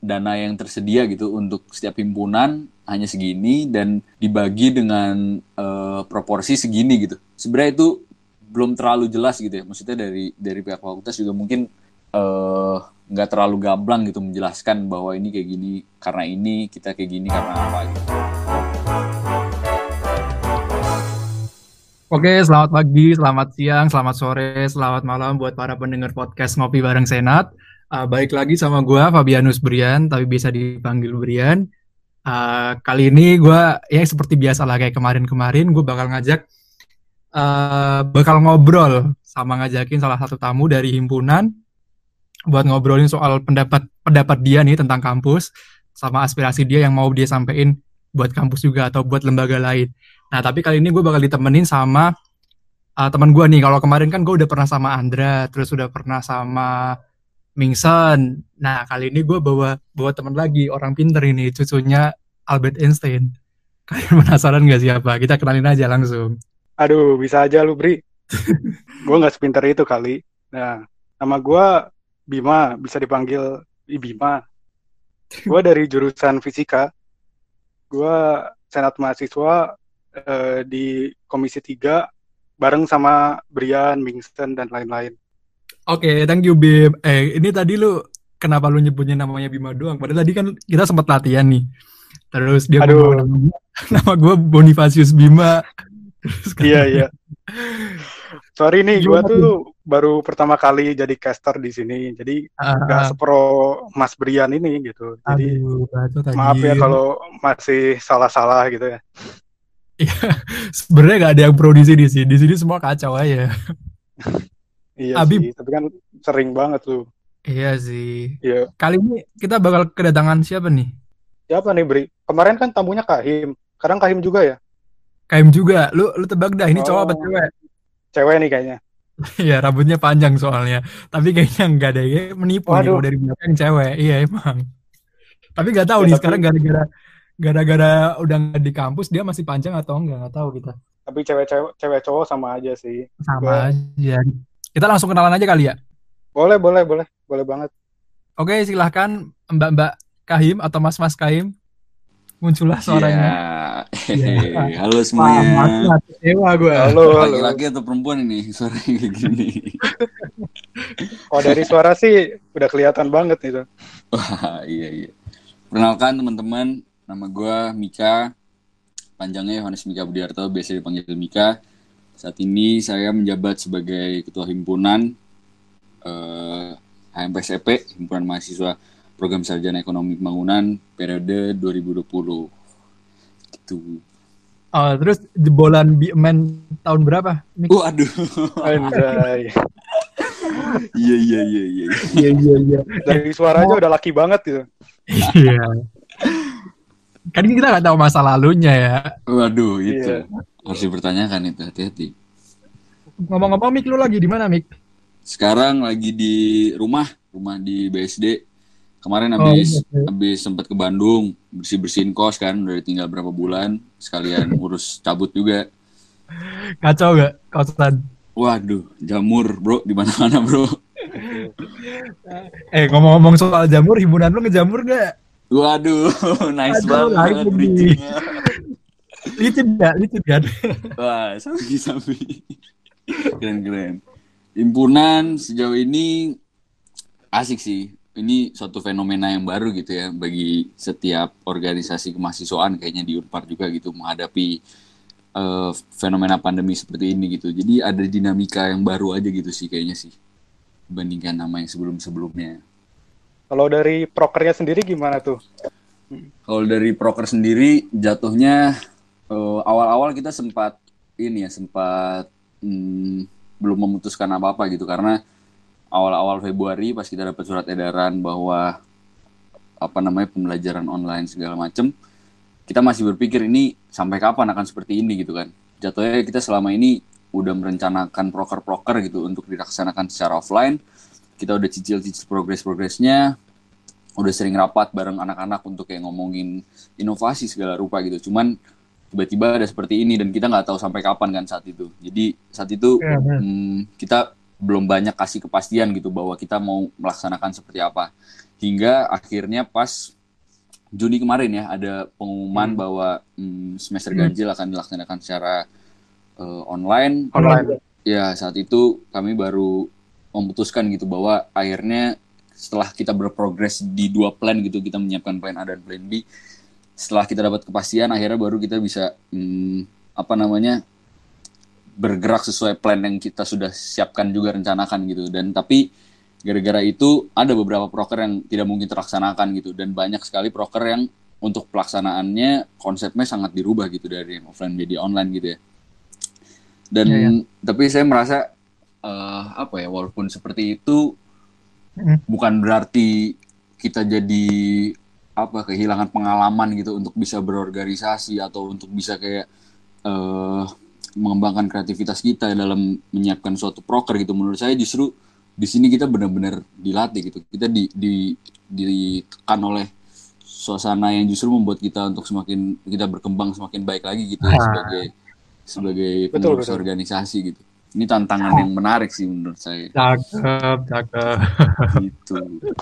dana yang tersedia gitu untuk setiap himpunan hanya segini dan dibagi dengan proporsi segini gitu. Sebenarnya itu belum terlalu jelas gitu ya. Maksudnya dari pihak fakultas juga mungkin eh, nggak terlalu gamblang gitu menjelaskan bahwa ini kayak gini karena ini, kita kayak gini karena apa gitu. Oke, selamat pagi, selamat siang, selamat sore, selamat malam buat para pendengar podcast Ngopi Bareng Senat. Balik lagi sama gue, Fabianus Brian, tapi bisa dipanggil Brian. Kali ini gue, ya seperti biasa lah kayak kemarin-kemarin, gue bakal ngobrol sama ngajakin salah satu tamu dari himpunan buat ngobrolin soal pendapat pendapat dia nih tentang kampus, sama aspirasi dia yang mau dia sampein buat kampus juga atau buat lembaga lain. Nah, tapi kali ini gue bakal ditemenin sama teman gue nih. Kalau kemarin kan gue udah pernah sama Andra, terus udah pernah sama Mingson. Nah, kali ini gue bawa bawa teman lagi, orang pinter ini, cucunya Albert Einstein. Kalian penasaran gak siapa? Kita kenalin aja langsung. Aduh, bisa aja lu, Bri. Gue nggak sepinter itu kali. Nah, nama gue Bima, bisa dipanggil Bima. Gue dari jurusan fisika. Gue senat mahasiswa di Komisi 3 bareng sama Brian, Mingsten, dan lain-lain. Oke, thank you Bim. Ini tadi lu kenapa lu nyebutnya namanya Bima doang? Padahal tadi kan kita sempat latihan nih. Terus dia ngomong Aduh, nama gue Bonifacius Bima. Terus iya, kata dia, iya. Sorry nih, gue gimana tuh Bim? baru pertama kali jadi caster di sini. Jadi Ah, nggak ah, sepro Mas Brian ini gitu. Jadi aduh, bacot maaf ya anjir. kalau masih salah-salah gitu ya. Iya, sebenarnya gak ada yang pro di sini sih. Di sini semua kacau aja. Iya sih, Abib, tapi kan sering banget tuh. iya sih. Iya. Kali ini kita bakal kedatangan siapa nih? Siapa nih, Bri? Kemarin kan tamunya Kahim. Sekarang Kahim juga ya? KM juga. Lu tebak dah ini cowok apa Oh, cewek? cewek nih kayaknya. Iya, rambutnya panjang soalnya. Tapi kayaknya enggak deh. Kayaknya menipu nih Waduh. kalau dari belakang cewek. Iya, emang. Tapi nggak tahu Ya nih sekarang tapi gara-gara udah nggak di kampus dia masih panjang atau enggak, nggak tahu kita. tapi cewek-cewek cewek cowok sama aja sih. Sama Gua aja. Kita langsung kenalan aja kali ya. boleh boleh boleh boleh banget. Oke, silahkan Mbak-Mbak Kahim atau Mas-Mas Kahim, muncullah suaranya. Iya. Iya. Halo Wah, semuanya. mantap. Kecewa gue. Halo halo. Laki-laki atau perempuan ini suaranya kayak gini? Oh dari suara sih udah kelihatan banget nih tuh. Wah, iya iya. Perkenalkan teman-teman, nama gue Mika, panjangnya Yohanes Mika Budiarto, biasa dipanggil Mika. Saat ini saya menjabat sebagai Ketua Himpunan HMPSEP, Himpunan Mahasiswa Program Sarjana Ekonomi Pembangunan periode 2020. Gitu. Oh, terus jebolan BMN tahun berapa, Mik? Aduh. Anjay. Iya iya iya iya. Iya, iya, iya. Dari suara aja udah laki banget gitu. Iya. Kan kita nggak tahu masa lalunya ya. Waduh, itu Iya. harus dipertanyakan itu, hati-hati. Ngomong-ngomong, Mik, lu lagi di mana, Mik? Sekarang lagi di rumah di BSD. Kemarin Oh, habis oke. habis sempat ke Bandung bersih-bersihin kos kan, udah tinggal berapa bulan, sekalian urus cabut juga. Kacau gak kosan? Waduh, jamur bro, di mana-mana bro. Ngomong-ngomong soal jamur, himpunan lu ngejamur gak? Waduh, nice Aduh, banget langsung nih. bridgingnya. Licin gak? Licin kan? Wah, sapi-sapi. Keren-keren. Himpunan sejauh ini asik sih. Ini suatu fenomena yang baru gitu ya bagi setiap organisasi kemahasiswaan kayaknya di Unpar juga gitu menghadapi fenomena pandemi seperti ini gitu. Jadi ada dinamika yang baru aja gitu sih kayaknya sih dibandingkan nama yang sebelum-sebelumnya. Kalau dari prokernya sendiri gimana tuh? Kalau dari proker sendiri jatuhnya awal-awal kita sempat ini ya sempat belum memutuskan apa-apa gitu karena awal-awal Februari pas kita dapat surat edaran bahwa apa namanya pembelajaran online segala macem, kita masih berpikir ini sampai kapan akan seperti ini gitu kan. Jatuhnya kita selama ini udah merencanakan proker-proker gitu untuk dilaksanakan secara offline. Kita udah cicil-cicil progres-progresnya, udah sering rapat bareng anak-anak untuk kayak ngomongin inovasi segala rupa gitu. Cuman tiba-tiba ada seperti ini dan kita nggak tahu sampai kapan kan saat itu. Jadi saat itu Iya, bener. kita belum banyak kasih kepastian gitu bahwa kita mau melaksanakan seperti apa. Hingga akhirnya pas Juni kemarin ya ada pengumuman bahwa semester ganjil akan dilaksanakan secara online. Ya saat itu kami baru memutuskan gitu bahwa akhirnya setelah kita berprogres di 2 plan gitu, kita menyiapkan plan A dan plan B. Setelah kita dapat kepastian, akhirnya baru kita bisa bergerak sesuai plan yang kita sudah siapkan juga, rencanakan gitu. Dan tapi gara-gara itu ada beberapa proker yang tidak mungkin terlaksanakan gitu, dan banyak sekali proker yang untuk pelaksanaannya konsepnya sangat dirubah gitu dari yang offline jadi online gitu ya. Dan tapi saya merasa walaupun seperti itu bukan berarti kita jadi kehilangan pengalaman gitu untuk bisa berorganisasi atau untuk bisa kayak mengembangkan kreativitas kita dalam menyiapkan suatu proker gitu. Menurut saya justru di sini kita benar-benar dilatih gitu. Kita ditekan oleh suasana yang justru membuat kita untuk semakin kita berkembang semakin baik lagi gitu ya, sebagai pengurus organisasi gitu. Ini tantangan yang menarik sih menurut saya. Cakep. Gitu.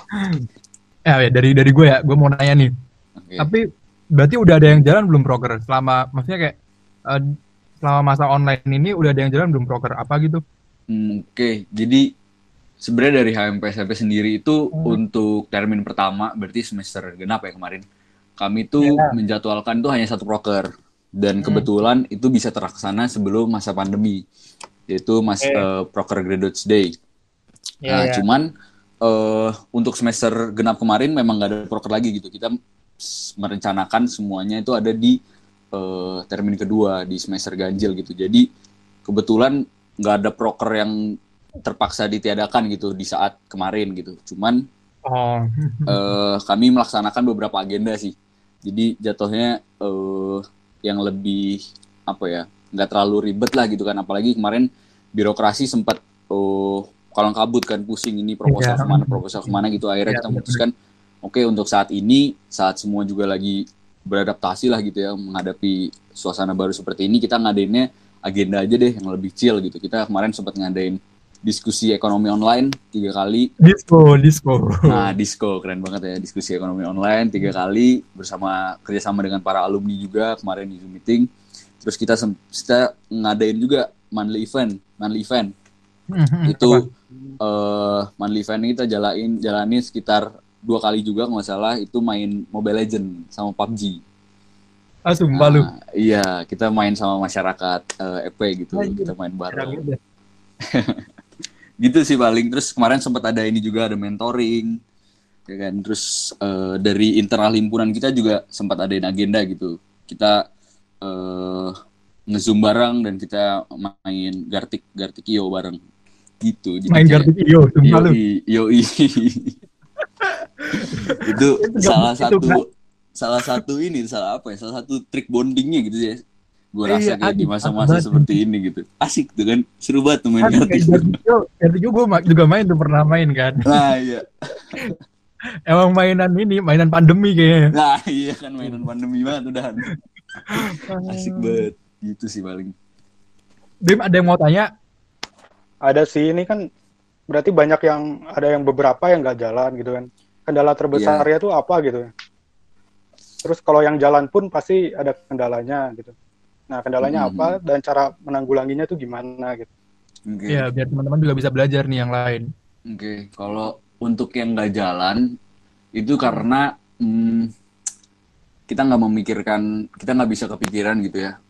Ya dari gue ya, gue mau nanya nih. Okay. Tapi berarti udah ada yang jalan belum proker maksudnya kayak selama masa online ini udah ada yang jalan belum proker apa gitu? Oke. Jadi sebenarnya dari HMPSP sendiri itu untuk termin pertama berarti semester genap ya kemarin. Kami tuh menjadwalkan tuh hanya 1 proker dan kebetulan itu bisa terlaksana sebelum masa pandemi, yaitu proker Graduates Day. Cuman untuk semester genap kemarin memang nggak ada proker lagi gitu. Kita merencanakan semuanya itu ada di termin kedua di semester ganjil gitu. Jadi kebetulan nggak ada proker yang terpaksa ditiadakan gitu di saat kemarin gitu. Cuman kami melaksanakan beberapa agenda sih. Jadi jatuhnya yang lebih nggak terlalu ribet lah gitu kan. Apalagi kemarin birokrasi sempat kalang kabut kan, pusing ini proposal kemana gitu. Akhirnya kita memutuskan oke, untuk saat ini, saat semua juga lagi beradaptasi lah gitu ya menghadapi suasana baru seperti ini, kita ngadainnya agenda aja deh yang lebih chill gitu. Kita kemarin sempat ngadain diskusi ekonomi online 3 kali. Disco. Nah, disco keren banget ya, diskusi ekonomi online 3 kali kerjasama dengan para alumni juga kemarin di Zoom meeting. Terus kita ngadain juga monthly event. Itu monthly event ini kita jalanin sekitar 2 kali juga nggak salah, itu main Mobile Legends sama PUBG. Sumpah lu. Iya, kita main sama masyarakat EP gitu, kita main bareng. Gitu sih paling. Terus kemarin sempat ada ini juga, ada mentoring, ya kan. Terus dari internal himpunan kita juga sempat adain agenda gitu. Kita nge-zoom bareng dan kita main Gartic.io bareng gitu. Jadi main Gartic.io, sumpah lu. Yoi. Itu salah satu trik bondingnya gitu ya. Gue rasa kayak di masa-masa seperti ini gitu. Asik tuh kan, seru banget tuh main Gartic.io. Gartic.io gue juga pernah main kan. Nah iya. Emang mainan pandemi kayaknya. Nah iya kan, mainan pandemi banget udah. Asik banget. Gitu sih paling. Bim, ada yang mau tanya? Ada sih, ini kan berarti banyak ada yang beberapa yang nggak jalan gitu kan. Kendala terbesarnya tuh apa gitu ya. Terus kalau yang jalan pun pasti ada kendalanya gitu. Nah, kendalanya apa dan cara menanggulanginya tuh gimana gitu. Iya, biar teman-teman juga bisa belajar nih yang lain. Oke, kalau untuk yang nggak jalan itu karena kita nggak memikirkan, kita nggak bisa kepikiran gitu ya,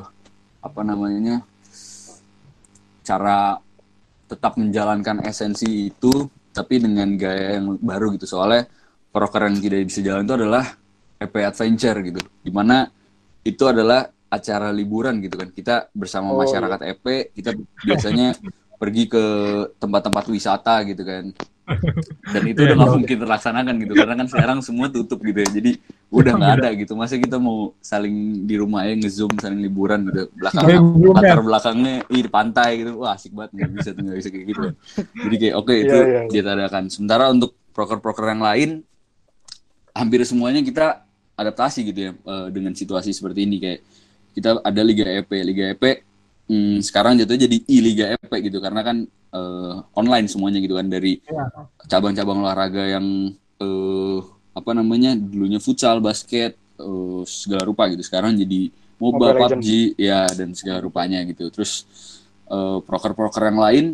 cara tetap menjalankan esensi itu, tapi dengan gaya yang baru gitu. Soalnya proker yang tidak bisa jalan itu adalah EP Adventure gitu, dimana itu adalah acara liburan gitu kan. Kita bersama masyarakat EP, kita biasanya pergi ke tempat-tempat wisata gitu kan. Dan itu udah gak mungkin terlaksanakan gitu, karena kan sekarang semua tutup gitu ya. Jadi udah gak ada gitu. Masa kita mau saling di rumah aja nge-zoom, saling liburan gitu. Latar belakangnya di pantai gitu. Wah asik banget, gak bisa kayak gitu kan. Jadi kayak itu diadakan. Sementara untuk proker-proker yang lain, hampir semuanya kita adaptasi gitu ya dengan situasi seperti ini. Kayak kita ada Liga EP sekarang jatuhnya jadi I-Liga EP gitu, karena kan online semuanya gitu kan, dari Ya. cabang-cabang olahraga yang apa namanya dulunya futsal, basket, segala rupa gitu, sekarang jadi MOBA, Mobile Legends. PUBG ya dan segala rupanya gitu. Terus proker-proker yang lain,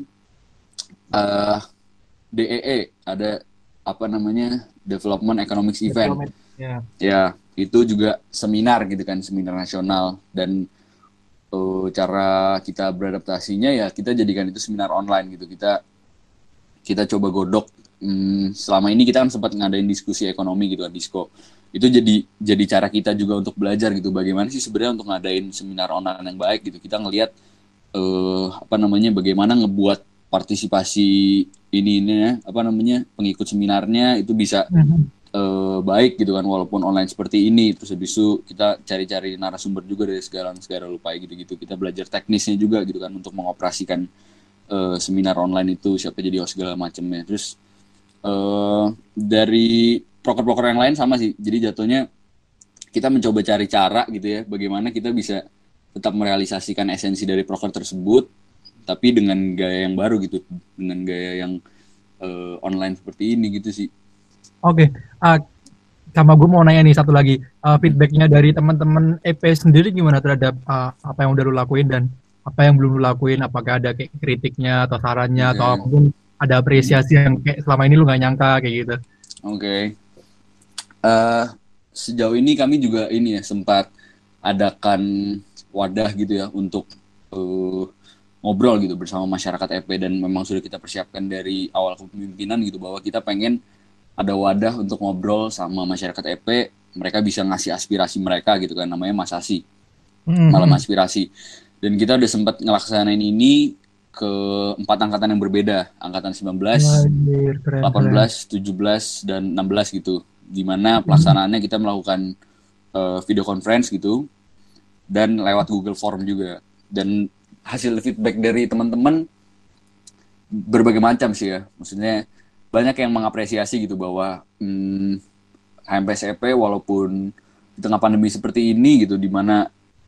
DEE ada apa namanya Development Economics Event. Ya. Ya, itu juga seminar gitu kan, seminar nasional. Dan cara kita beradaptasinya ya kita jadikan itu seminar online gitu. Kita coba godok. Selama ini kita kan sempat ngadain diskusi ekonomi gitu kan, disko. Itu jadi cara kita juga untuk belajar gitu, bagaimana sih sebenarnya untuk ngadain seminar online yang baik gitu. Kita ngelihat apa namanya bagaimana ngebuat partisipasi ini ya, apa namanya pengikut seminarnya itu bisa baik gitu kan, walaupun online seperti ini. Terus habis itu kita cari-cari narasumber juga dari segala lupa gitu-gitu. Kita belajar teknisnya juga gitu kan untuk mengoperasikan seminar online itu, siapa jadi host segala macamnya. Terus dari proker-proker yang lain sama sih. Jadi jatuhnya kita mencoba cari cara gitu ya, bagaimana kita bisa tetap merealisasikan esensi dari proker tersebut, tapi dengan gaya yang baru gitu, dengan gaya yang online seperti ini gitu sih. Oke, sama gue mau nanya nih satu lagi, feedbacknya dari teman-teman EP sendiri gimana terhadap apa yang udah lu lakuin dan apa yang belum lu lakuin? Apakah ada kayak kritiknya atau sarannya atau mungkin ada apresiasi yang kayak selama ini lu nggak nyangka kayak gitu? Oke. Sejauh ini kami juga ini ya sempat adakan wadah gitu ya untuk ngobrol gitu bersama masyarakat EP, dan memang sudah kita persiapkan dari awal kepemimpinan gitu bahwa kita pengen ada wadah untuk ngobrol sama masyarakat EP, mereka bisa ngasih aspirasi mereka gitu kan, namanya Masasi, malam aspirasi. Dan kita udah sempat ngelaksanain ini ke 4 angkatan yang berbeda, angkatan 19, 18, 17, dan 16 gitu, dimana pelaksanaannya kita melakukan video conference gitu dan lewat Google Form juga. Dan hasil feedback dari teman-teman berbagai macam sih ya, maksudnya banyak yang mengapresiasi gitu bahwa HMPS EP walaupun di tengah pandemi seperti ini gitu, dimana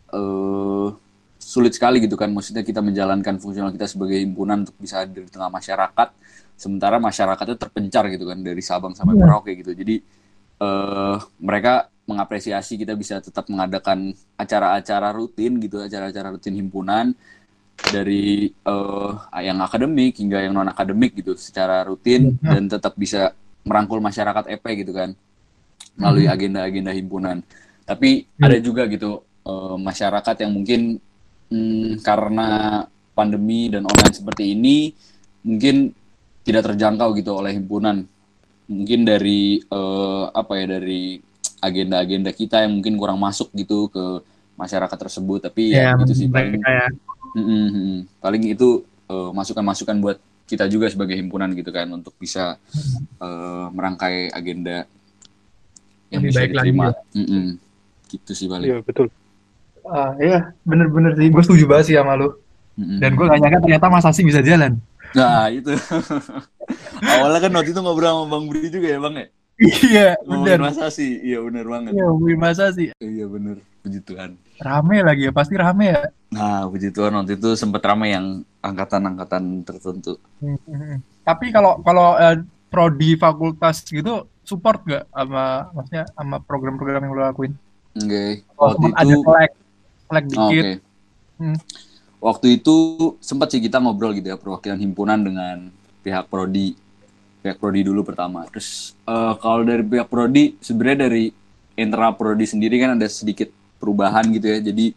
sulit sekali gitu kan, maksudnya kita menjalankan fungsional kita sebagai himpunan untuk bisa hadir di tengah masyarakat, sementara masyarakatnya terpencar gitu kan dari Sabang sampai Merauke gitu. Jadi mereka mengapresiasi kita bisa tetap mengadakan acara-acara rutin gitu, acara-acara rutin himpunan dari yang akademik hingga yang non akademik gitu secara rutin, dan tetap bisa merangkul masyarakat EP gitu kan melalui agenda-agenda himpunan. Tapi ada juga gitu masyarakat yang mungkin karena pandemi dan online seperti ini mungkin tidak terjangkau gitu oleh himpunan, mungkin dari dari agenda-agenda kita yang mungkin kurang masuk gitu ke masyarakat tersebut. Tapi ya gitu sih paling paling itu masukan-masukan buat kita juga sebagai himpunan gitu kan, untuk bisa merangkai agenda yang lebih bisa diterima. Gitu sih paling. Iya betul. Iya bener-bener sih, gue setuju banget sih sama lu. Dan gue gak nyangka ternyata Masasi bisa jalan. Nah itu awalnya kan waktu itu ngobrol sama Bang Budi juga ya Bang ya. Iya bener. Masasi, iya bener banget. Iya ngomongin Masasi. Iya bener, puji Tuhan. Rame lagi ya, pasti rame ya. Nah puji Tuhan waktu itu sempat rame yang angkatan-angkatan tertentu. Tapi kalau prodi fakultas gitu support gak sama, maksudnya sama program-program yang lo lakuin? Oke. Waktu itu ada selek dikit. Waktu itu sempat sih kita ngobrol gitu ya, perwakilan himpunan dengan pihak prodi dulu pertama. Terus kalau dari pihak prodi, sebenarnya dari internal prodi sendiri kan ada sedikit perubahan gitu ya. Jadi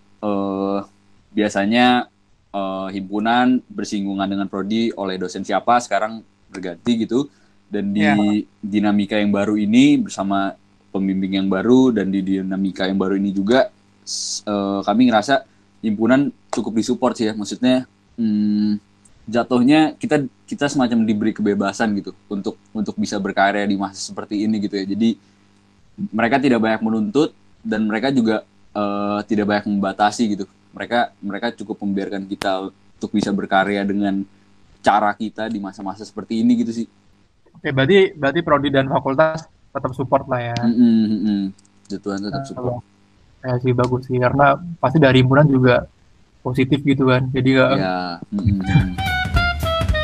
biasanya himpunan bersinggungan dengan prodi oleh dosen siapa, sekarang berganti gitu. Dan di dinamika yang baru ini bersama pembimbing yang baru, dan di dinamika yang baru ini juga kami ngerasa himpunan cukup disupport sih ya. Maksudnya jatuhnya kita semacam diberi kebebasan gitu untuk bisa berkarya di masa seperti ini gitu ya. Jadi mereka tidak banyak menuntut, dan mereka juga tidak banyak membatasi gitu. Mereka cukup membiarkan kita untuk bisa berkarya dengan cara kita di masa-masa seperti ini gitu sih. Oke, berarti prodi dan fakultas tetap support lah ya. Jatuhan tetap support. Ya sih bagus sih, karena pasti dari himpunan juga positif gitu kan. Jadi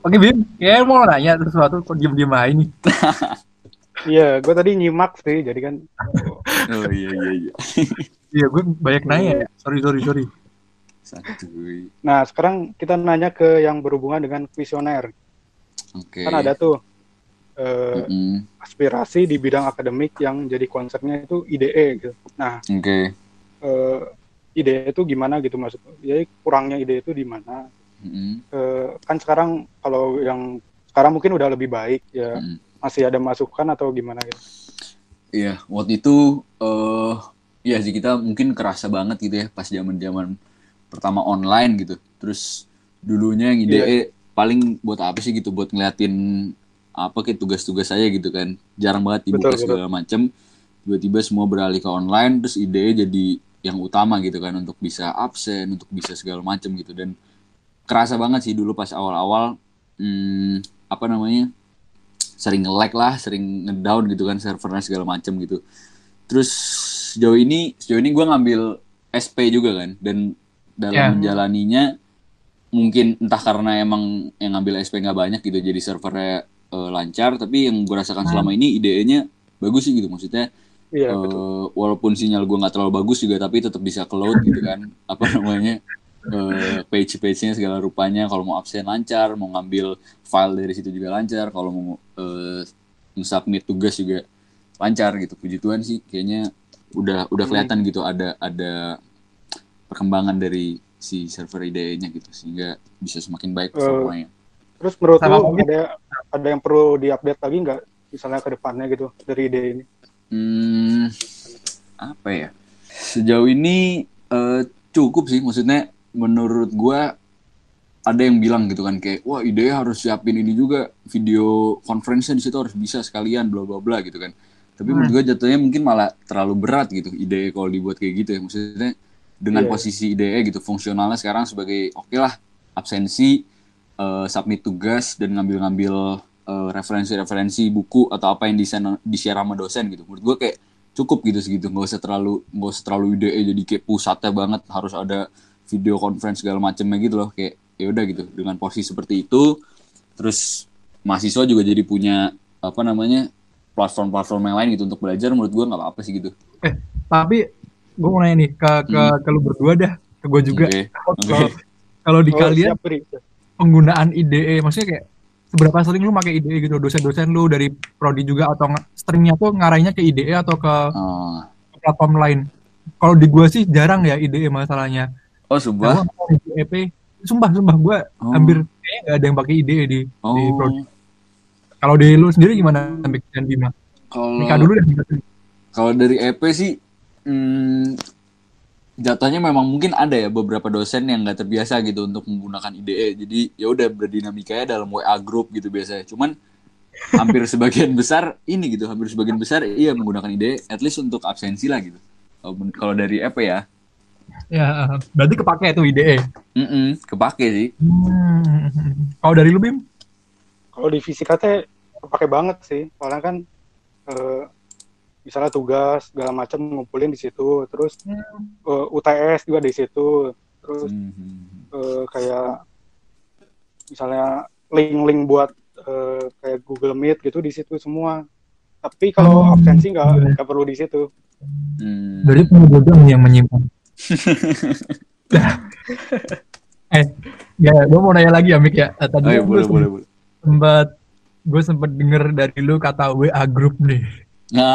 Oke Bim, kayaknya mau nanya sesuatu kok diem-diem aja nih. Iya, gue tadi nyimak sih, jadi kan. Oh iya. Iya, gue banyak nanya ya. Sorry. Santuy. Nah, sekarang kita nanya ke yang berhubungan dengan kuesioner. Oke. Kan ada tuh Mm-mm. aspirasi di bidang akademik yang jadi concernnya itu IDE gitu. Nah, Oke. IDE itu gimana gitu maksudnya? Jadi kurangnya IDE itu di mana? Mm-mm. Kan sekarang kalau yang sekarang mungkin udah lebih baik ya. Mm-mm. Masih ada masukan atau gimana gitu? Iya, waktu itu ya sih kita mungkin kerasa banget gitu ya pas zaman-zaman pertama online gitu. Terus dulunya yang IDE Iya. paling buat apa sih gitu, buat ngeliatin apa kayak tugas-tugas saya gitu kan. Jarang banget dibuka Betul. segala macam. Tiba-tiba semua beralih ke online, terus IDE jadi yang utama gitu kan untuk bisa absen, untuk bisa segala macam gitu. Dan kerasa banget sih dulu pas awal-awal apa namanya? Sering nge-lag lah, sering ngedown gitu kan servernya segala macam gitu. Terus sejauh ini gue ngambil SP juga kan, dan dalam Ya, menjalaninya mungkin entah karena emang yang ngambil SP nggak banyak gitu, jadi servernya lancar. Tapi yang gue rasakan selama ini IDE-nya bagus sih gitu, maksudnya Iya, betul. walaupun sinyal gue nggak terlalu bagus juga, tapi tetap bisa ke load gitu kan, apa namanya, page-nya segala rupanya. Kalau mau absen lancar, mau ngambil file dari situ juga lancar, kalau mau submit tugas juga lancar gitu. Puji Tuhan sih kayaknya udah kelihatan gitu ada perkembangan dari si server IDE-nya gitu, sehingga bisa semakin baik Eh, performanya. Terus menurut sama lu mungkin ada yang perlu diupdate lagi nggak? Misalnya ke depannya gitu dari IDE ini? Apa ya? Sejauh ini cukup sih, maksudnya menurut gua ada yang bilang gitu kan kayak wah IDE harus siapin ini juga, video conference-nya di situ harus bisa sekalian bla bla bla gitu kan. Tapi menurut gua jatuhnya mungkin malah terlalu berat gitu IDE kalau dibuat kayak gitu ya. Maksudnya dengan Iya. posisi IDE gitu fungsionalnya sekarang sebagai oke lah absensi, submit tugas, dan ngambil-ngambil referensi-referensi buku atau apa yang di-share sama dosen gitu. Menurut gue kayak cukup gitu segitu, nggak usah terlalu IDE jadi kayak pusatnya banget harus ada video conference segala macamnya gitu loh. Kayak ya udah gitu, dengan posisi seperti itu terus mahasiswa juga jadi punya apa namanya platform-platform yang lain gitu untuk belajar. Menurut gue nggak apa-apa sih gitu. tapi gue mau nanya nih ke lu berdua dah, ke gue juga. Oke. Kalau di Oh, kalian siap, Bri. penggunaan IDE, maksudnya kayak seberapa sering lu pakai IDE gitu, dosen-dosen lu dari prodi juga, atau seringnya tuh ngarahinnya ke IDE atau ke Oh, platform lain? Kalau di gue sih jarang ya IDE masalahnya. oh Nah, sumpah. gue di EP, sumpah gue hampir Oh, kayaknya nggak ada yang pakai IDE di prodi. oh. Kalau di lu sendiri gimana, Mik dan Bima? Mika Kalau dulu deh. Kalau dari EP sih, jatuhnya memang mungkin ada ya beberapa dosen yang nggak terbiasa gitu untuk menggunakan IDE. Jadi ya udah berdinamikanya dalam WA group gitu biasanya. Cuman hampir sebagian besar iya menggunakan IDE, at least untuk absensi lah gitu. Kalau dari EP ya, Ya, berarti kepake tuh IDE. kepake sih. Kalau dari lu, Bim? Kalau di fisika teh kepake banget sih. Soalnya kan misalnya tugas segala macam ngumpulin di situ, terus UTS juga di situ, terus kayak misalnya link-link buat kayak Google Meet gitu di situ semua. Tapi kalau absensi nggak perlu di situ. Berarti penyebutan yang menyimpan. Ya, gue mau nanya lagi ya, Mik ya. Tadi Oh, iya, boleh. gue sempat denger dari lu kata WA group nih. Nah,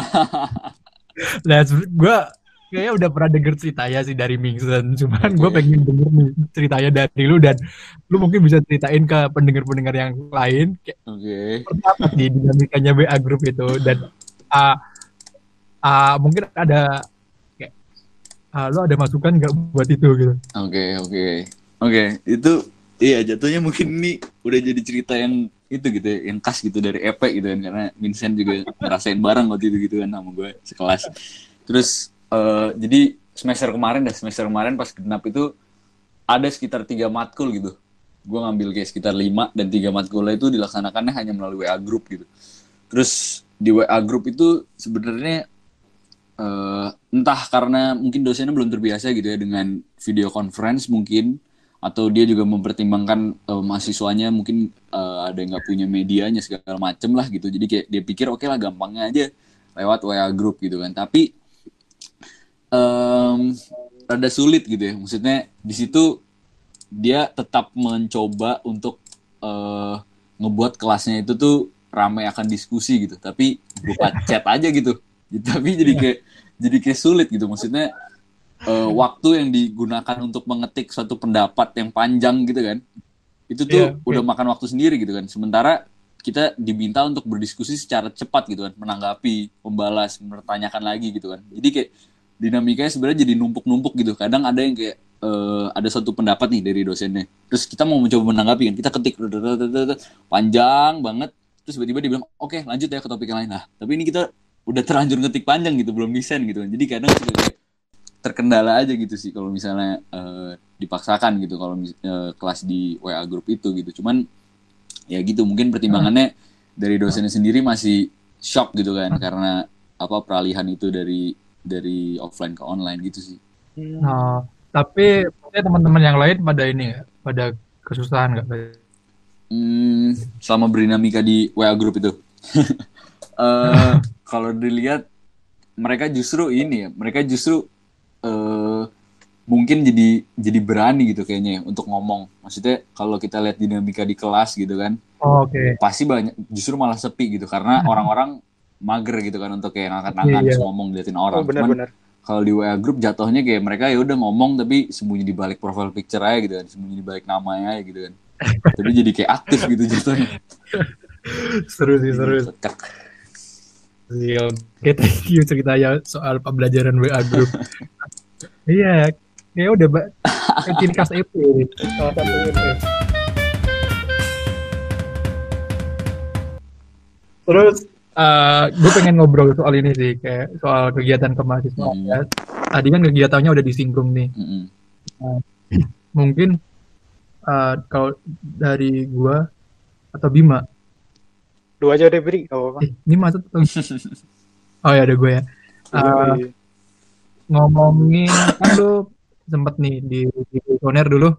gue kayaknya udah pernah denger ceritanya sih dari Mingsen. Cuman gue pengen denger nih ceritanya dari lu, dan lu mungkin bisa ceritain ke pendengar-pendengar yang lain. Seperti apa sih dinamikanya WA group itu, dan mungkin ada kayak lu ada masukan nggak buat itu gitu? Oke, itu iya jatuhnya mungkin ini udah jadi cerita yang itu gitu ya, yang khas gitu dari EP gitu kan, karena Vincent juga ngerasain bareng waktu itu gitu kan sama gue sekelas. Terus jadi semester kemarin pas genap itu ada sekitar 3 matkul gitu. Gue ngambil kayak sekitar 5, dan 3 matkulnya itu dilaksanakannya hanya melalui WA group gitu. Terus di WA group itu sebenarnya entah karena mungkin dosennya belum terbiasa gitu ya dengan video conference mungkin, atau dia juga mempertimbangkan mahasiswanya mungkin ada yang nggak punya medianya segala macem lah gitu. Jadi kayak dia pikir oke lah gampangnya aja lewat WA group gitu kan. Tapi rada sulit gitu ya. Maksudnya di situ dia tetap mencoba untuk ngebuat kelasnya itu tuh ramai akan diskusi gitu. Tapi berupa chat aja gitu. Tapi jadi kayak sulit gitu. Maksudnya waktu yang digunakan untuk mengetik suatu pendapat yang panjang gitu kan, itu tuh udah makan waktu sendiri gitu kan. Sementara kita diminta untuk berdiskusi secara cepat gitu kan, menanggapi, membalas, bertanyakan lagi gitu kan. Jadi kayak dinamikanya sebenarnya jadi numpuk-numpuk gitu. Kadang ada yang kayak ada satu pendapat nih dari dosennya, terus kita mau mencoba menanggapi kan, kita ketik panjang banget, terus tiba-tiba dia bilang oke lanjut ya ke topik yang lain. Nah tapi ini kita udah terlanjur ngetik panjang gitu, belum desain gitu kan. Jadi kadang juga kayak terkendala aja gitu sih kalau misalnya dipaksakan gitu kalau kelas di WA group itu gitu. Cuman ya gitu, mungkin pertimbangannya dari dosennya sendiri masih shock gitu kan, karena peralihan itu dari offline ke online gitu sih. Nah, tapi teman-teman yang lain pada ini ya, pada kesusahan nggak? Selama berdinamika di WA group itu kalau dilihat mereka justru mungkin jadi berani gitu kayaknya ya, untuk ngomong. Maksudnya kalau kita lihat dinamika di kelas gitu kan, pasti banyak justru malah sepi gitu karena orang-orang mager gitu kan untuk kayak ngangkat tangan terus ngomong diliatin orang. Benar-benar. Kalau di WA group jatuhnya kayak mereka ya udah ngomong tapi sembunyi di balik profile picture aja gitu kan, sembunyi di balik namanya aja gitu kan. Tapi jadi kayak aktif gitu jatuhnya. Seru. Oke, thank you ceritanya soal pembelajaran WA group. Iya, kayak udah ciri khas EP ini. Salah satu EP. Terus gue pengen ngobrol soal ini sih, kayak soal kegiatan kemahasiswaan ya. Tadi kan kegiatannya udah disinggung nih. Mungkin kalau dari gue atau Bima. Lu aja deh, Bri. Ini maksud oh ya ada gue ya. Ngomongin kan lu sempet nih di kuesioner dulu.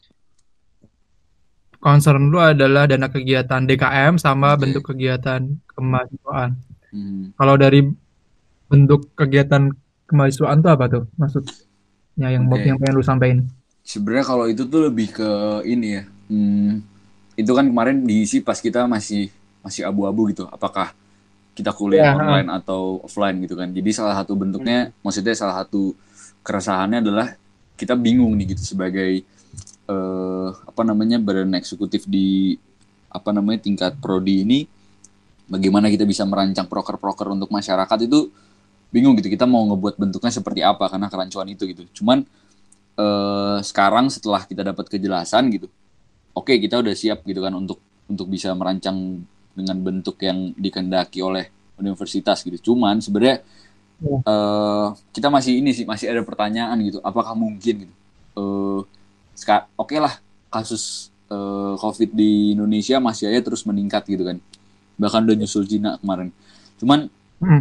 Concern lu adalah dana kegiatan DKM sama bentuk kegiatan kemahasiswaan. Kalau dari bentuk kegiatan kemahasiswaan tuh apa tuh maksudnya yang pengen lu sampaikan? Sebenarnya kalau itu tuh lebih ke ini ya. Itu kan kemarin diisi pas kita masih abu-abu gitu. Apakah kita kuliah online atau offline gitu kan. Jadi salah satu bentuknya, maksudnya salah satu keresahannya adalah kita bingung nih gitu sebagai badan eksekutif di tingkat prodi ini, bagaimana kita bisa merancang proker-proker untuk masyarakat itu bingung gitu. Kita mau ngebuat bentuknya seperti apa karena kerancuan itu gitu. Cuman sekarang setelah kita dapat kejelasan gitu, oke, kita udah siap gitu kan untuk bisa merancang dengan bentuk yang dikehendaki oleh universitas gitu. Cuman sebenarnya kita masih ada pertanyaan gitu, apakah mungkin gitu. Oke lah, kasus COVID di Indonesia masih aja terus meningkat gitu kan, bahkan udah nyusul Cina kemarin. Cuman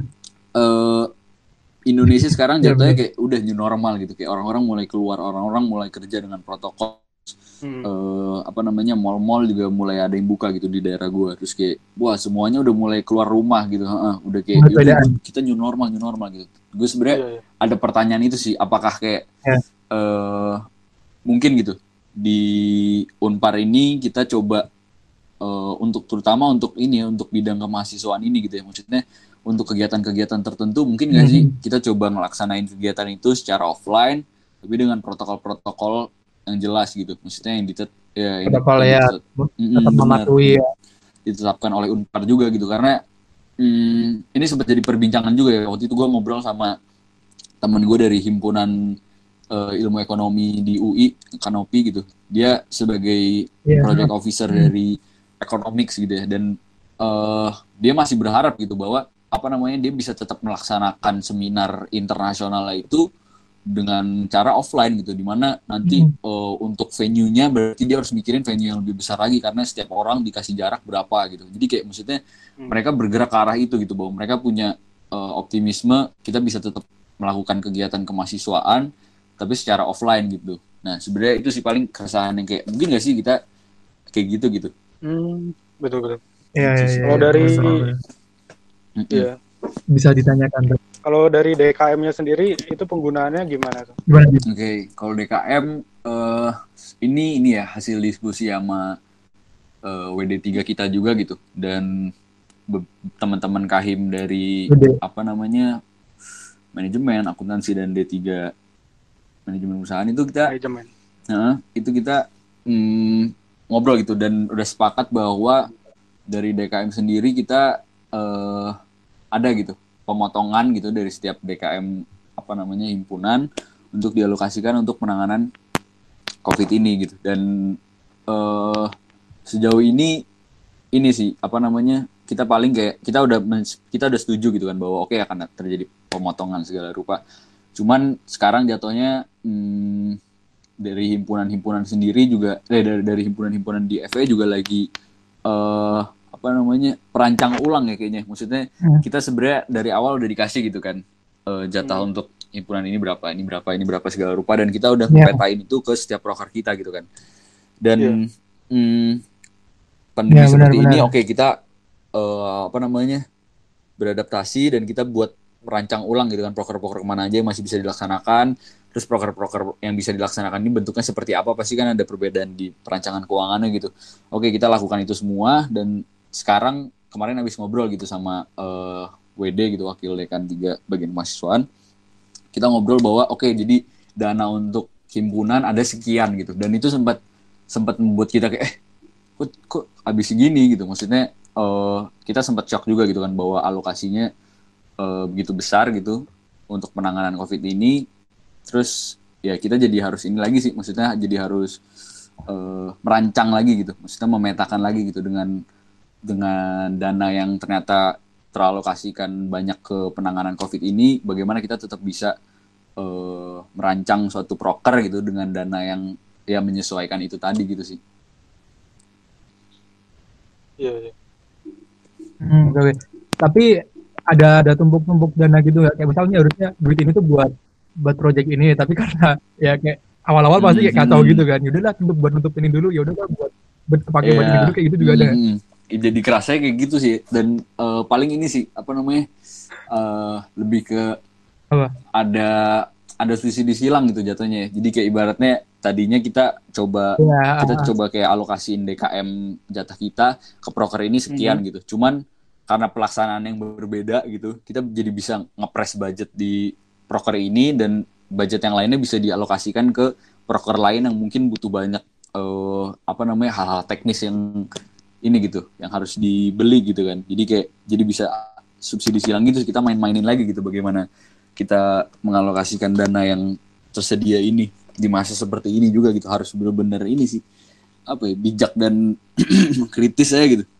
Indonesia sekarang jatuhnya kayak udah new normal gitu, kayak orang-orang mulai keluar, orang-orang mulai kerja dengan protokol. Mall-mall juga mulai ada yang buka gitu di daerah gue. Terus kayak wah semuanya udah mulai keluar rumah gitu. Udah kayak kita new normal gitu. Gue sebenarnya ada pertanyaan itu sih, apakah kayak mungkin gitu di Unpar ini kita coba terutama untuk bidang kemahasiswaan ini gitu ya, maksudnya untuk kegiatan-kegiatan tertentu mungkin nggak sih kita coba ngelaksanain kegiatan itu secara offline tapi dengan protokol-protokol yang jelas gitu, maksudnya yang tetap mematuhi ditetapkan oleh Unpar juga gitu. Karena ini sempat jadi perbincangan juga ya, waktu itu gue ngobrol sama temen gue dari himpunan ilmu ekonomi di UI, Kanopi gitu. Dia sebagai project officer dari economics gitu ya, dan dia masih berharap gitu bahwa dia bisa tetap melaksanakan seminar internasional itu dengan cara offline gitu, dimana nanti untuk venue-nya berarti dia harus mikirin venue yang lebih besar lagi karena setiap orang dikasih jarak berapa gitu. Jadi kayak maksudnya mereka bergerak ke arah itu gitu, bahwa mereka punya optimisme kita bisa tetap melakukan kegiatan kemahasiswaan tapi secara offline gitu. Nah sebenarnya itu sih paling keresahan yang kayak mungkin nggak sih kita kayak gitu. Betul. Iya, Gitu iya, sih. iya, Kalau iya, dari bener. Mm-mm. ya, Bisa ditanyakan tuh. kalau dari DKM-nya sendiri itu penggunaannya gimana tuh? Gimana Dit? Oke, kalau DKM ini ya hasil diskusi sama WD3 kita juga gitu dan teman-teman Kahim dari Gede. apa namanya manajemen, akuntansi dan D3 manajemen perusahaan Manajemen. itu kita ngobrol gitu dan udah sepakat bahwa dari DKM sendiri kita ada gitu pemotongan gitu dari setiap DKM apa namanya himpunan untuk dialokasikan untuk penanganan COVID ini gitu dan sejauh ini sih apa namanya kita paling kayak kita udah setuju gitu kan bahwa oke akan terjadi pemotongan segala rupa. Cuman sekarang jatuhnya dari himpunan-himpunan sendiri juga dari himpunan-himpunan di FE juga lagi apa namanya perancang ulang ya kayaknya. Maksudnya kita sebenarnya dari awal udah dikasih gitu kan jatah untuk himpunan ini berapa segala rupa dan kita udah petain itu ke setiap proker kita gitu kan. Dan pandemi seperti ini oke kita apa namanya beradaptasi dan kita buat merancang ulang gitu kan proker-proker kemana aja yang masih bisa dilaksanakan terus proker-proker yang bisa dilaksanakan ini bentuknya seperti apa pasti kan ada perbedaan di perancangan keuangannya gitu oke kita lakukan itu semua dan sekarang kemarin habis ngobrol gitu sama WD gitu wakil dekan 3 bagian mahasiswaan kita ngobrol bahwa oke jadi dana untuk himpunan ada sekian gitu dan itu sempat membuat kita kayak kok habis segini gitu maksudnya kita sempat shock juga gitu kan bahwa alokasinya begitu besar gitu untuk penanganan COVID ini terus ya kita jadi harus ini lagi sih maksudnya jadi harus merancang lagi gitu maksudnya memetakan lagi gitu dengan dana yang ternyata teralokasikan banyak ke penanganan COVID ini bagaimana kita tetap bisa merancang suatu proker gitu dengan dana yang ya menyesuaikan itu tadi gitu sih. Iya. Okay. Tapi ada tumpuk-tumpuk dana gitu nggak? Kayak misalnya harusnya duit ini tuh buat project ini, tapi karena ya kayak awal-awal pasti kayak kacau gitu kan. Yaudahlah buat nutup ini dulu, yaudahlah buat pakai buat ini dulu kayak gitu juga ada. Jadi kerasanya kayak gitu sih dan paling ini sih apa namanya lebih ke apa? Ada subsidi silang gitu jatuhnya. Jadi kayak ibaratnya tadinya kita coba kayak alokasiin DKM jatah kita ke proker ini sekian gitu. Cuman karena pelaksanaan yang berbeda gitu, kita jadi bisa ngepres budget di proker ini dan budget yang lainnya bisa dialokasikan ke proker lain yang mungkin butuh banyak apa namanya hal-hal teknis yang ini gitu, yang harus dibeli gitu kan. Jadi bisa subsidi silang gitu, kita main-mainin lagi gitu bagaimana kita mengalokasikan dana yang tersedia ini di masa seperti ini juga gitu harus benar-benar ini sih apa ya bijak dan kritis aja gitu.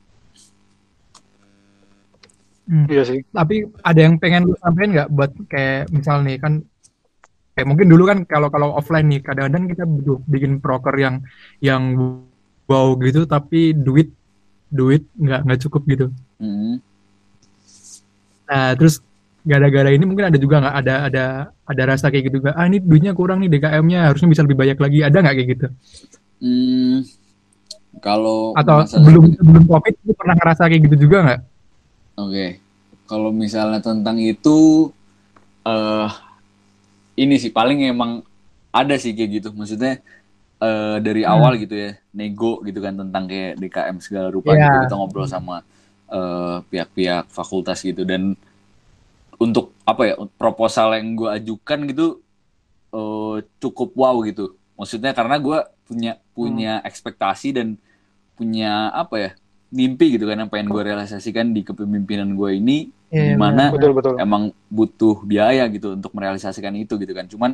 Iya sih. Tapi ada yang pengen lu sampein nggak buat kayak misal nih kan kayak mungkin dulu kan kalau offline nih kadang-kadang kita butuh bikin proker yang wow gitu tapi duit nggak cukup gitu. Nah terus gara-gara ini mungkin ada juga nggak ada rasa kayak gitu nggak? Ini duitnya kurang nih DKM-nya harusnya bisa lebih banyak lagi. Ada nggak kayak gitu? Kalau atau sebelum COVID itu pernah ngerasa kayak gitu juga nggak? Oke. Kalau misalnya tentang itu ini sih paling emang ada sih kayak gitu. Maksudnya dari awal gitu ya nego gitu kan tentang kayak DKM segala rupa gitu kita ngobrol sama pihak-pihak fakultas gitu dan untuk apa ya proposal yang gue ajukan gitu cukup wow gitu maksudnya karena gue punya ekspektasi dan punya apa ya mimpi gitu kan yang pengen gue realisasikan di kepemimpinan gue ini dimana betul. emang butuh biaya gitu untuk merealisasikan itu gitu kan cuman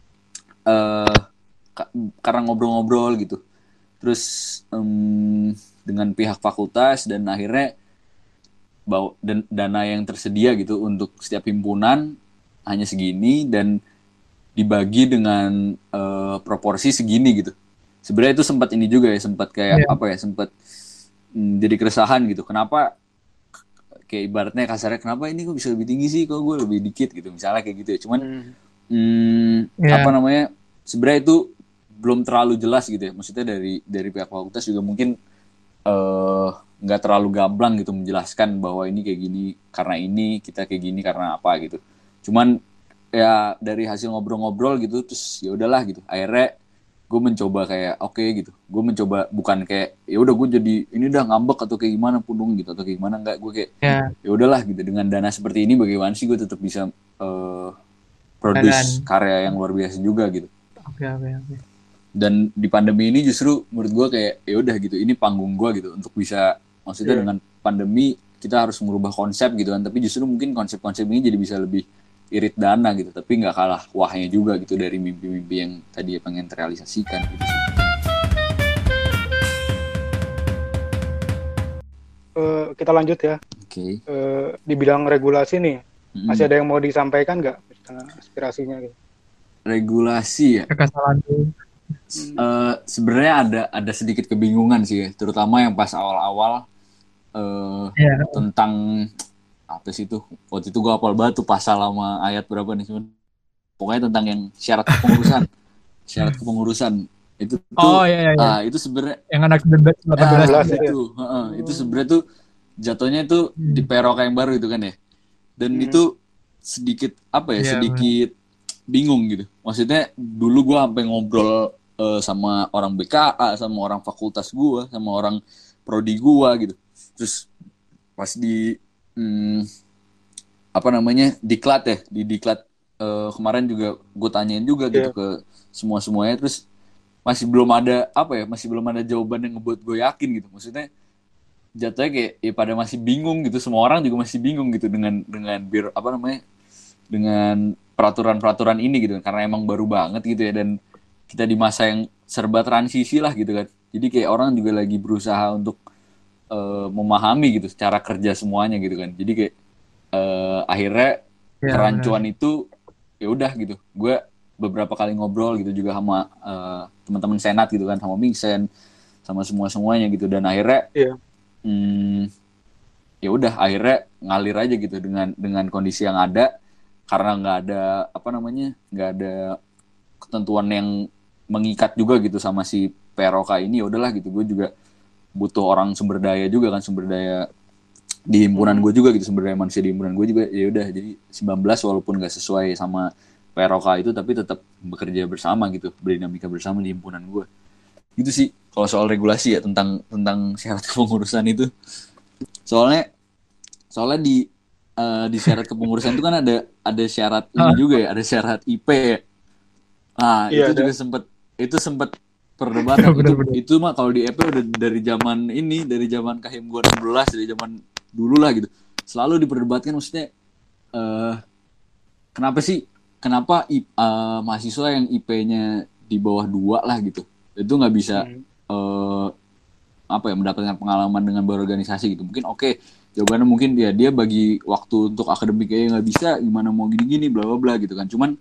karena ngobrol-ngobrol gitu terus dengan pihak fakultas dan akhirnya bahwa dana yang tersedia gitu untuk setiap himpunan hanya segini dan dibagi dengan proporsi segini gitu. Sebenarnya itu sempat ini juga ya, sempat kayak apa ya, sempat jadi keresahan gitu. Kenapa kayak ibaratnya kasarnya kenapa ini kok bisa lebih tinggi sih, kok gue lebih dikit gitu. Misalnya kayak gitu ya. Cuman apa namanya? Sebenarnya itu belum terlalu jelas gitu ya. Maksudnya dari pihak fakultas juga mungkin nggak terlalu gamblang gitu menjelaskan bahwa ini kayak gini karena ini, kita kayak gini karena apa gitu. Cuman ya dari hasil ngobrol-ngobrol gitu, terus ya udahlah gitu. Akhirnya gue mencoba kayak oke gitu. Gue mencoba bukan kayak ya udah gue jadi ini udah ngambek atau kayak gimana pundung gitu atau kayak gimana, enggak. Gue kayak ya udahlah gitu, dengan dana seperti ini bagaimana sih gue tetap bisa produce karya yang luar biasa juga gitu. Oke. Dan di pandemi ini justru menurut gue kayak ya udah gitu, ini panggung gue gitu untuk bisa, maksudnya dengan pandemi kita harus merubah konsep gitu kan, tapi justru mungkin konsep-konsep ini jadi bisa lebih irit dana gitu, tapi nggak kalah wahnya juga gitu dari mimpi-mimpi yang tadi pengen terrealisasikan gitu sih. Kita lanjut ya. Oke. Di bidang regulasi nih, masih ada yang mau disampaikan nggak aspirasinya gitu? Regulasi ya. Kekesalan tuh. Sebenarnya ada sedikit kebingungan sih ya, terutama yang pas awal-awal tentang apa sih itu, waktu itu gue hafal banget tuh pasal sama ayat berapa nih cuman pokoknya tentang yang syarat kepengurusan itu tuh itu sebenarnya yang anak 19 itu sebenarnya tuh jatuhnya tuh di PROK yang baru itu kan ya, dan itu sedikit sedikit bingung gitu. Maksudnya dulu gue sampai ngobrol sama orang BKA, sama orang fakultas gue, sama orang prodi gue gitu. Terus pas di diklat ya, di diklat kemarin juga gue tanyain juga gitu ke semuanya, terus masih belum ada jawaban yang ngebuat gue yakin gitu. Maksudnya jatuhnya kayak ya pada masih bingung gitu, semua orang juga masih bingung gitu dengan dengan peraturan ini gitu, karena emang baru banget gitu ya, dan kita di masa yang serba transisi lah gitu kan. Jadi kayak orang juga lagi berusaha untuk memahami gitu cara kerja semuanya gitu kan. Jadi kayak akhirnya kerancuan itu ya udah gitu. Gue beberapa kali ngobrol gitu juga sama teman-teman senat gitu kan, sama Mingsen, sama semuanya gitu, dan akhirnya ya udah akhirnya ngalir aja gitu dengan kondisi yang ada, karena nggak ada ketentuan yang mengikat juga gitu sama si PROK ini. Ya udahlah gitu, gue juga butuh orang sumber daya juga kan, sumber daya di himpunan gue juga gitu, sumber daya manusia di himpunan gue juga. Ya udah, jadi 19 walaupun nggak sesuai sama PROK itu, tapi tetap bekerja bersama gitu, berdinamika bersama di himpunan gue. Gitu sih kalau soal regulasi ya, tentang syarat kepengurusan itu. Soalnya di syarat kepengurusan itu kan ada syarat ini juga ya, ada syarat IP ya. Nah, itu juga sempat perdebatan. Itu mah kalau di EP udah dari zaman Kahim gua 16, dari zaman dulu lah gitu. Selalu diperdebatkan, maksudnya kenapa mahasiswa yang IP-nya di bawah 2 lah gitu, itu nggak bisa mendapatkan pengalaman dengan berorganisasi gitu. Mungkin jawabannya mungkin dia bagi waktu untuk akademik kayaknya nggak bisa, gimana mau gini bla bla bla gitu kan. Cuman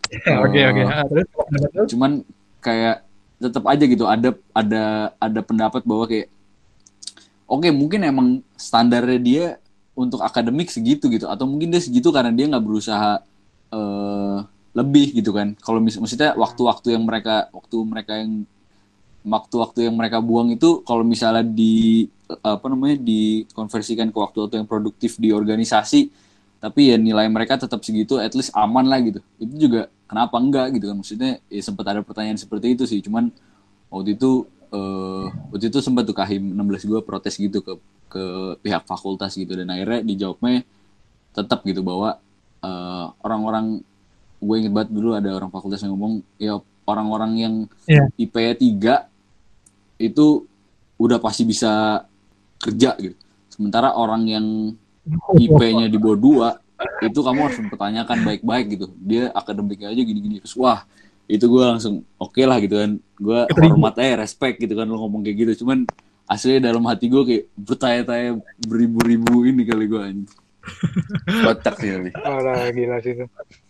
cuman kayak tetap aja gitu ada pendapat bahwa kayak mungkin emang standarnya dia untuk akademik segitu gitu, atau mungkin dia segitu karena dia nggak berusaha lebih gitu kan. Kalau maksudnya waktu-waktu yang mereka buang itu, kalau misalnya dikonversikan ke waktu-waktu yang produktif di organisasi, tapi ya nilai mereka tetap segitu, at least aman lah gitu. Itu juga kenapa enggak gitu kan. Maksudnya ya sempat ada pertanyaan seperti itu sih. Cuman waktu itu sempat tuh Kahim 16 gue protes gitu ke pihak fakultas gitu, dan akhirnya dijawabnya tetap gitu bahwa orang-orang, gue inget banget dulu ada orang fakultas yang ngomong ya, orang-orang yang IP-nya 3 itu udah pasti bisa kerja gitu. Sementara orang yang IP-nya di bawah 2 itu kamu harus mempertanyakan baik-baik gitu. Dia akademiknya aja gini-gini. Terus wah, itu gue langsung oke lah gitu kan. Gue hormat aja, respect gitu kan lo ngomong kayak gitu. Cuman aslinya dalam hati gue kayak bertanya-tanya beribu-ribu ini kali gue anjing. Kotak sih tadi. Gila sih itu.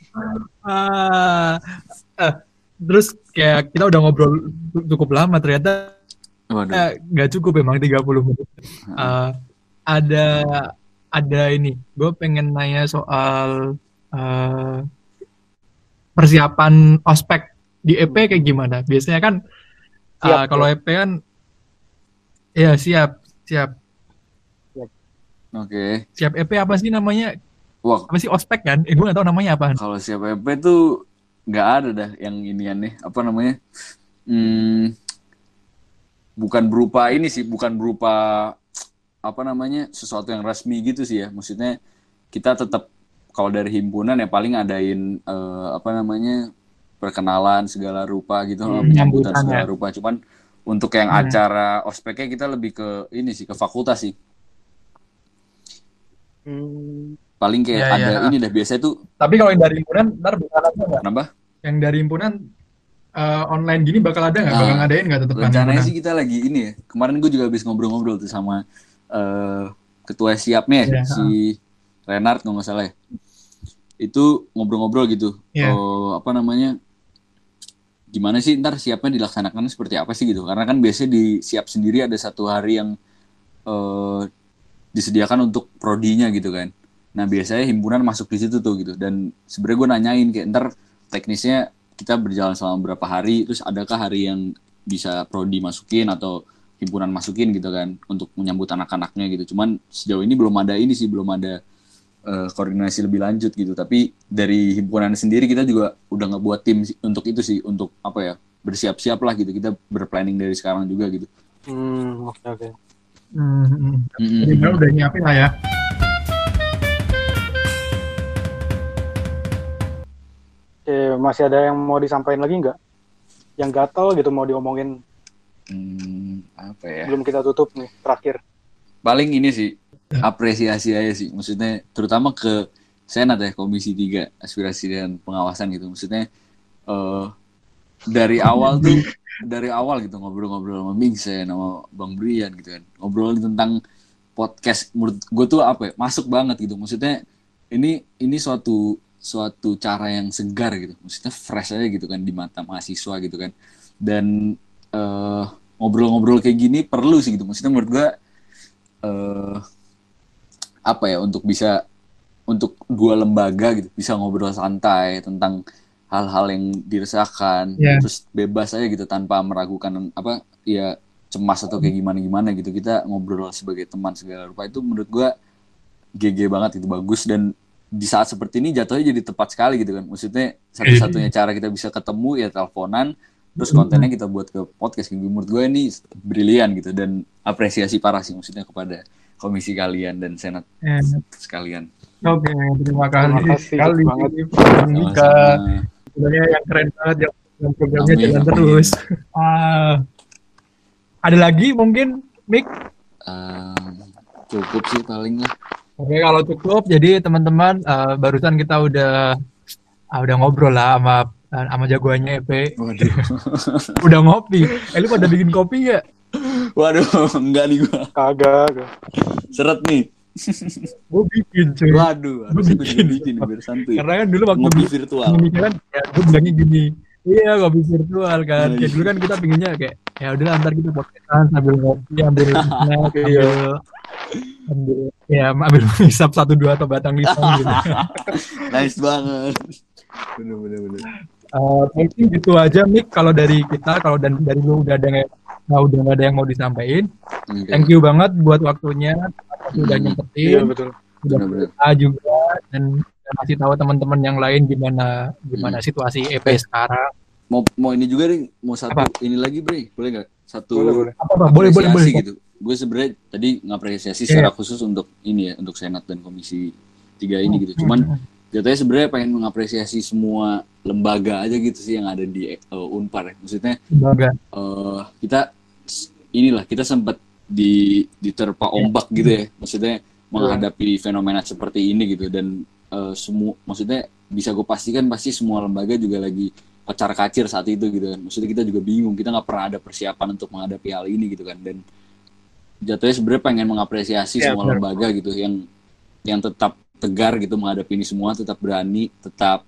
Terus kayak kita udah ngobrol cukup lama, ternyata nggak cukup emang 30 menit. Ada ini, gue pengen nanya soal persiapan ospek Di EP kayak gimana? Biasanya kan Siap, kalau bro. EP kan ya siap Oke. EP apa sih namanya? Wah, Apa sih ospek kan? Gue nggak tahu namanya apaan. kalau siap EP tuh nggak ada dah yang inian nih. Apa namanya? Hmm, bukan berupa ini sih, bukan berupa apa namanya sesuatu yang resmi gitu sih ya. Maksudnya kita tetap kalau dari himpunan ya paling adain apa namanya perkenalan segala rupa gitu, penyambutan Penyambutan ya. segala rupa. Cuman untuk yang acara ospeknya kita lebih ke ini sih, ke fakultas sih. Hmm, Paling kayak Iya, ada iya. ini dah biasanya tuh Tapi kalau yang dari himpunan ntar bakal ada nggak? kenapa? Yang dari himpunan online gini bakal ada nggak? Bakal Nah, ngadain nggak tetepan rencananya himpunan? sih kita lagi ini ya. Kemarin gue juga habis ngobrol-ngobrol tuh sama ketua siapnya ya, Iya, si Renard kalau nggak salah ya. Itu ngobrol-ngobrol gitu. iya. Apa namanya? Gimana sih ntar siapnya dilaksanakan seperti apa sih gitu. Karena kan biasanya di siap sendiri ada satu hari yang eh, disediakan untuk prodinya gitu kan. Nah biasanya himpunan masuk di situ tuh gitu. Dan sebenarnya gue nanyain kayak ntar teknisnya kita berjalan selama berapa hari, terus adakah hari yang bisa prodi masukin atau himpunan masukin gitu kan untuk menyambut anak-anaknya gitu. Cuman sejauh ini belum ada ini sih, belum ada koordinasi lebih lanjut gitu. Tapi dari himpunan sendiri kita juga udah ngebuat tim untuk itu sih, untuk apa ya, bersiap-siap lah gitu. Kita berplanning dari sekarang juga gitu. oke, oke. Jadi udah nyiapin lah ya. Oke, masih ada yang mau disampaikan lagi nggak? Yang gatel gitu mau diomongin Apa ya? belum kita tutup nih, terakhir. Paling ini sih apresiasi aja sih, maksudnya terutama ke Senat ya, Komisi 3 Aspirasi dan Pengawasan gitu. Maksudnya dari awal gitu ngobrol-ngobrol sama Mingsen sama Bang Brian gitu kan, ngobrolin tentang podcast. Menurut gue tuh apa ya, masuk banget gitu. Maksudnya ini suatu cara yang segar gitu, maksudnya fresh aja gitu kan di mata mahasiswa gitu kan. Dan ngobrol-ngobrol kayak gini perlu sih gitu. Maksudnya menurut gue apa ya, untuk dua lembaga gitu bisa ngobrol santai tentang hal-hal yang dirasakan, terus bebas aja gitu tanpa meragukan apa ya, cemas atau kayak gimana gitu. Kita ngobrol sebagai teman segala rupa, itu menurut gue GG banget, itu bagus. Dan di saat seperti ini jatuhnya jadi tepat sekali gitu kan. Maksudnya satu-satunya cara kita bisa ketemu ya teleponan, terus kontennya kita buat ke podcast. Menurut gue ini brilian gitu, dan apresiasi parah sih maksudnya kepada komisi kalian dan senat sekalian. Oke, terima Terima kasih kasih sekali banget. Mika. Sebenarnya yang keren banget yang programnya Amin, jalan amin. terus. Ada lagi mungkin Mik? Cukup sih paling lah. Oke, kalau cukup, jadi teman-teman barusan kita udah ngobrol lah sama jagoannya EP. Waduh. Udah ngopi. Lu pada bikin kopi nggak? Waduh, enggak nih gua. Kagak. Seret nih. Gue bikin cuy. Waduh, harusnya gue juga bikin biar santuy. Karena kan dulu waktu ngopi virtual. kan, ya gue bilangnya gini. Iya, ngopi virtual kan. Kayak dulu kan kita pinginnya kayak ya udah ntar kita podcastan sambil ngopi, ambil snack, ambil hisap 1-2 atau batang pisang gitu. Nice banget. Bener. Mungkin gitu aja Mik kalau dari kita, kalau dari lu udah nggak ada yang mau disampaikan. Okay. Thank you banget buat waktunya, udah nyempetin. Iya betul. Udah juga dan kasih tahu teman-teman yang lain gimana situasi EP sekarang. Mau ini juga nih, mau satu ini lagi Bre, boleh nggak? Satu Boleh. Boleh gitu. Gue sebenarnya tadi ngapresiasi secara khusus untuk ini ya, untuk Senat dan Komisi 3 ini gitu. Cuman jatuhnya sebenarnya pengen mengapresiasi semua lembaga aja gitu sih yang ada di Unpar ya. Maksudnya kita sempat diterpa ombak gitu ya. Maksudnya menghadapi fenomena seperti ini gitu, dan maksudnya bisa gue pastikan pasti semua lembaga juga lagi kocar kacir saat itu gitu kan. Maksudnya kita juga bingung, kita nggak pernah ada persiapan untuk menghadapi hal ini gitu kan. Dan jatuhnya sebenarnya pengen mengapresiasi semua lembaga gitu yang tetap tegar gitu menghadapi ini semua, tetap berani, tetap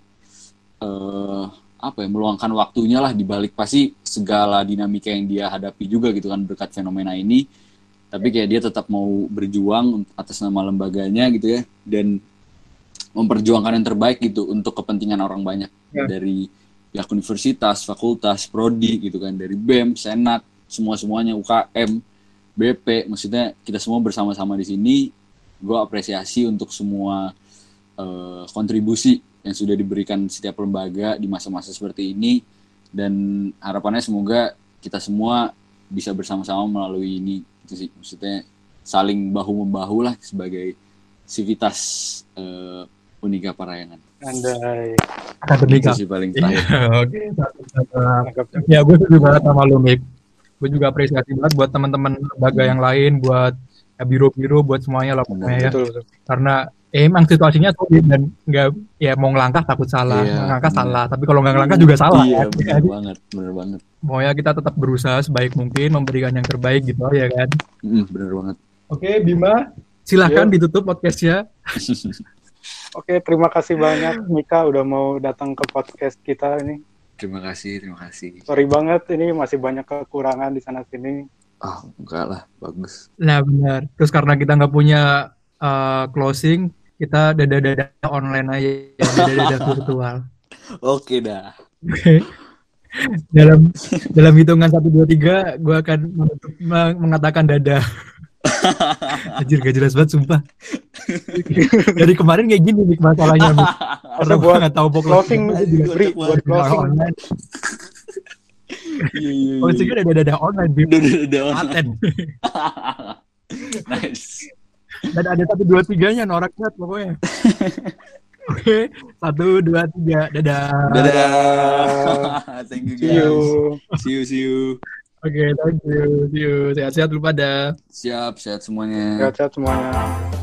meluangkan waktunya lah dibalik pasti segala dinamika yang dia hadapi juga gitu kan berkat fenomena ini. Tapi kayak dia tetap mau berjuang atas nama lembaganya gitu ya, dan memperjuangkan yang terbaik gitu untuk kepentingan orang banyak. Dari pihak universitas, fakultas, prodi gitu kan, dari BEM, Senat, semuanya UKM, BP, maksudnya kita semua bersama-sama di sini. Gue apresiasi untuk semua kontribusi yang sudah diberikan setiap lembaga di masa-masa seperti ini, dan harapannya semoga kita semua bisa bersama-sama melalui ini. Itu sih, maksudnya saling bahu-membahu lah sebagai sivitas Unika Parahyangan. Andai. Akademika. Itu sih paling terakhir. Oke, ya gue setuju banget sama lu, Mik. Gue juga apresiasi banget buat teman-teman lembaga yang lain, buat ya, biro-biro, buat semuanya lah pokoknya ya. Betul. Karena emang situasinya sulit dan nggak, ya mau ngelangkah takut salah, Iya, ngelangkah bener. salah. Tapi kalau nggak ngelangkah juga salah. Iya, Kan? bener banget. Pokoknya kita tetap berusaha sebaik mungkin memberikan yang terbaik gitu ya kan. Bener banget. Oke, Bima, silahkan Iya. ditutup podcastnya. Oke, terima kasih banyak Mika udah mau datang ke podcast kita ini. Terima kasih. Sorry banget ini masih banyak kekurangan di sana sini. Enggak lah, bagus. Nah benar. Terus karena kita nggak punya closing, kita dada-dada online aja, ya, dada-dada virtual. Oke dah. Oke. Dalam hitungan 1, 2, 3, gue akan mengatakan dada. Anjir, gak jelas banget sumpah. Dari kemarin kayak gini nih masalahnya. Karena gue nggak tahu closing Bri, buat closing. Online. Iya. Closingnya dada-dada online. Dada Paten. Nice. Dan ada 1, 2, 3-nya norak banget pokoknya. Oke, 1, 2, 3, dadah. Thank you guys. See you. Oke, thank you. See you. Sehat-sehat lu pada. Siap, sehat semuanya. Sehat-sehat semuanya.